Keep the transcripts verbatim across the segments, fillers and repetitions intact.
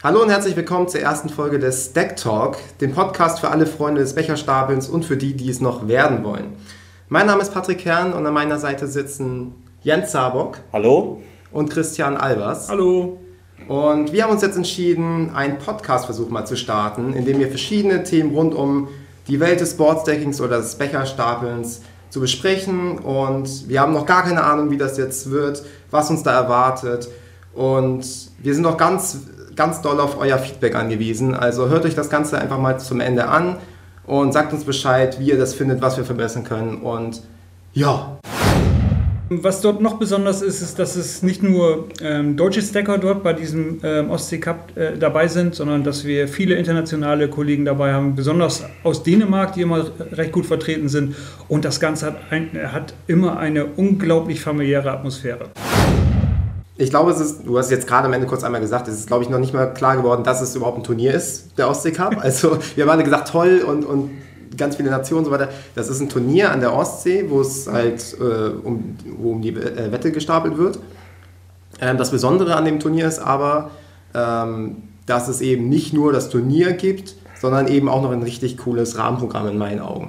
Hallo und herzlich willkommen zur ersten Folge des Deck Talk, dem Podcast für alle Freunde des Becherstapelns und für die, die es noch werden wollen. Mein Name ist Patrick Kern und an meiner Seite sitzen Jens Saarbock. Hallo. Und Christian Albers. Hallo. Und wir haben uns jetzt entschieden, einen Podcast-Versuch mal zu starten, in dem wir verschiedene Themen rund um die Welt des Boardstackings oder des Becherstapelns zu besprechen. Und wir haben noch gar keine Ahnung, wie das jetzt wird, was uns da erwartet. Und wir sind noch ganz... ganz doll auf euer Feedback angewiesen. Also hört euch das Ganze einfach mal zum Ende an und sagt uns Bescheid, wie ihr das findet, was wir verbessern können. Und ja. Was dort noch besonders ist, ist, dass es nicht nur ähm, deutsche Stacker dort bei diesem ähm, Ostsee Cup äh, dabei sind, sondern dass wir viele internationale Kollegen dabei haben, besonders aus Dänemark, die immer recht gut vertreten sind. Und das Ganze hat, ein, hat immer eine unglaublich familiäre Atmosphäre. Ich glaube, es ist, du hast jetzt gerade am Ende kurz einmal gesagt, es ist, glaube ich, noch nicht mal klar geworden, dass es überhaupt ein Turnier ist, der Ostsee Cup. Also wir haben alle gesagt, toll und, und ganz viele Nationen und so weiter. Das ist ein Turnier an der Ostsee, wo es halt äh, um, wo um die äh, Wette gestapelt wird. Ähm, das Besondere an dem Turnier ist aber, ähm, dass es eben nicht nur das Turnier gibt, sondern eben auch noch ein richtig cooles Rahmenprogramm in meinen Augen.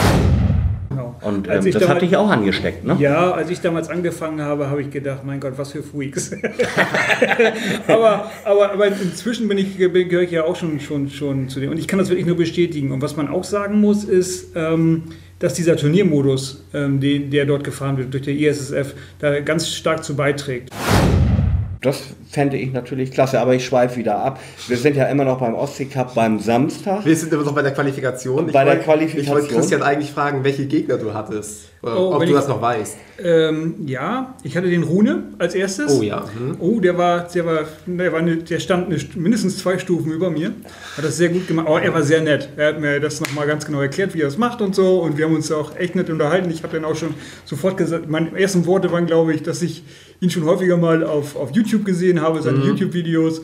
Und ähm, das hat dich auch angesteckt, ne? Ja, als ich damals angefangen habe, habe ich gedacht, mein Gott, was für Freaks. aber, aber, aber inzwischen bin ich, gehöre ich ja auch schon, schon, schon zu dem. Und ich kann das wirklich nur bestätigen. Und was man auch sagen muss, ist, ähm, dass dieser Turniermodus, ähm, den, der dort gefahren wird durch der I S S F, da ganz stark zu beiträgt. Das fände ich natürlich klasse, aber ich schweife wieder ab. Wir sind ja immer noch beim Ostsee Cup beim Samstag. Wir sind immer noch bei der Qualifikation. Ich bei wollte, der Qualifikation. Ich wollte Christian eigentlich fragen, welche Gegner du hattest. Oder oh, ob du ich, das noch weißt. Ähm, ja, ich hatte den Rune als erstes. Oh ja. Hm. Oh, der war, der war, der war eine, der stand eine, mindestens zwei Stufen über mir. Hat das sehr gut gemacht. Aber er war sehr nett. Er hat mir das nochmal ganz genau erklärt, wie er das macht und so. Und wir haben uns auch echt nett unterhalten. Ich habe dann auch schon sofort gesagt, meine ersten Worte waren, glaube ich, dass ich ihn schon häufiger mal auf, auf YouTube gesehen habe, seine mhm. YouTube-Videos.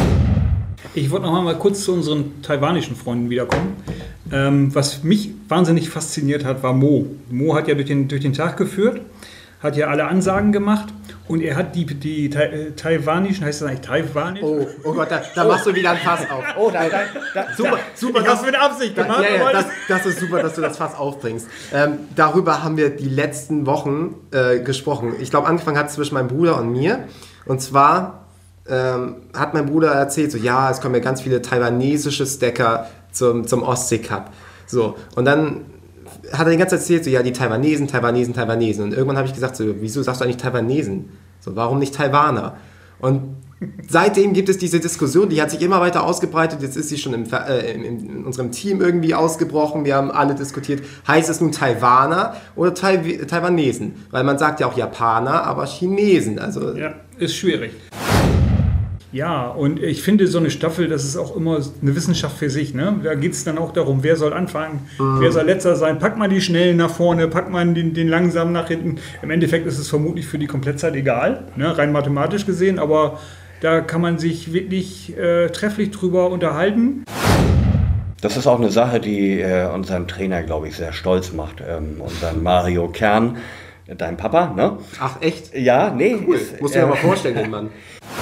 Ich wollte noch mal kurz zu unseren taiwanischen Freunden wiederkommen. Ähm, was mich wahnsinnig fasziniert hat, war Mo. Mo hat ja durch den, durch den Tag geführt, hat ja alle Ansagen gemacht und er hat die, die tai, taiwanischen, heißt das eigentlich taiwanisch? Oh, oh Gott, da, da machst du wieder ein Fass auf. Oh, da, da, da, super, super. Ich hab's mit Absicht gemacht. Ja, ja, das, das ist super, dass du das Fass aufbringst. Ähm, darüber haben wir die letzten Wochen äh, gesprochen. Ich glaube, angefangen hat es zwischen meinem Bruder und mir. Und zwar ähm, hat mein Bruder erzählt, so ja, es kommen ja ganz viele taiwanesische Stacker zum, zum Ostsee Cup. So, und dann hat er die ganze Zeit erzählt, so ja, die Taiwanesen, Taiwanesen, Taiwanesen. Und irgendwann habe ich gesagt, so, wieso sagst du eigentlich Taiwanesen? So, warum nicht Taiwaner? Und seitdem gibt es diese Diskussion, die hat sich immer weiter ausgebreitet. Jetzt ist sie schon im, äh, in, in unserem Team irgendwie ausgebrochen. Wir haben alle diskutiert, heißt es nun Taiwaner oder Tai- Taiwanesen? Weil man sagt ja auch Japaner, aber Chinesen. Also ja, ist schwierig. Ja, und ich finde so eine Staffel, das ist auch immer eine Wissenschaft für sich. Ne? Da geht es dann auch darum, wer soll anfangen, mhm. wer soll letzter sein. Packt man die Schnellen nach vorne, packt man den, den langsamen nach hinten. Im Endeffekt ist es vermutlich für die Komplettzeit egal, ne? Rein mathematisch gesehen, aber da kann man sich wirklich äh, trefflich drüber unterhalten. Das ist auch eine Sache, die äh, unseren Trainer, glaube ich, sehr stolz macht. Ähm, unseren Mario Kern, dein Papa, ne? Ach, echt? Ja, nee. Cool. Ist, Musst du dir äh, mal vorstellen, den Mann.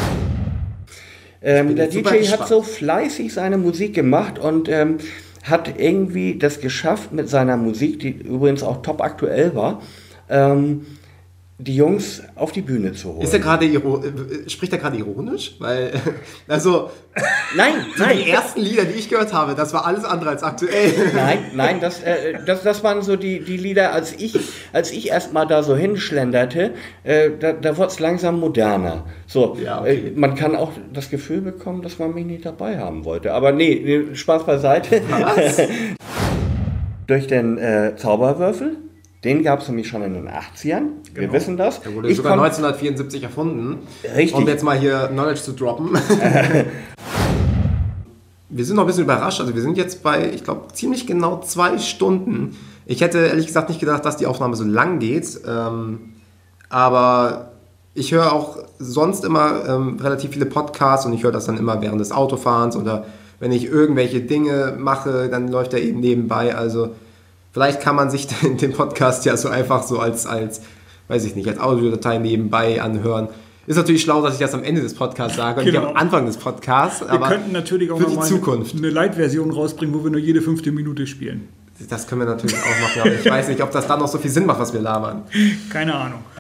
Ähm, der D J hat so fleißig seine Musik gemacht und ähm, hat irgendwie das geschafft mit seiner Musik, die übrigens auch top aktuell war, ähm, die Jungs auf die Bühne zu holen. Ist er gerade iro- spricht er gerade ironisch? Weil, also, nein, so nein. Die ersten Lieder, die ich gehört habe, das war alles andere als aktuell. Nein, nein, das, äh, das, das waren so die, die Lieder, als ich, als ich erstmal da so hinschlenderte, äh, da, da wurde es langsam moderner. So, ja, okay. äh, man kann auch das Gefühl bekommen, dass man mich nicht dabei haben wollte. Aber nee, Spaß beiseite. Was? Durch den äh, Zauberwürfel. Den gab es nämlich schon in den achtzigern. Genau. Wir wissen das. Der wurde ich sogar kon- neunzehnhundertvierundsiebzig erfunden. Richtig. Um jetzt mal hier Knowledge zu droppen. Wir sind noch ein bisschen überrascht. Also wir sind jetzt bei, ich glaube, ziemlich genau zwei Stunden. Ich hätte ehrlich gesagt nicht gedacht, dass die Aufnahme so lang geht. Ähm, aber ich höre auch sonst immer ähm, relativ viele Podcasts und ich höre das dann immer während des Autofahrens oder wenn ich irgendwelche Dinge mache, dann läuft er eben nebenbei. Also vielleicht kann man sich den Podcast ja so einfach so als, als weiß ich nicht, als Audiodatei nebenbei anhören. Ist natürlich schlau, dass ich das am Ende des Podcasts sage und Genau. nicht am Anfang des Podcasts. Wir Aber könnten natürlich auch für noch die mal Zukunft. eine Light-Version rausbringen, wo wir nur jede fünfte Minute spielen. Das können wir natürlich auch machen, aber ich weiß nicht, ob das dann noch so viel Sinn macht, was wir labern. Keine Ahnung.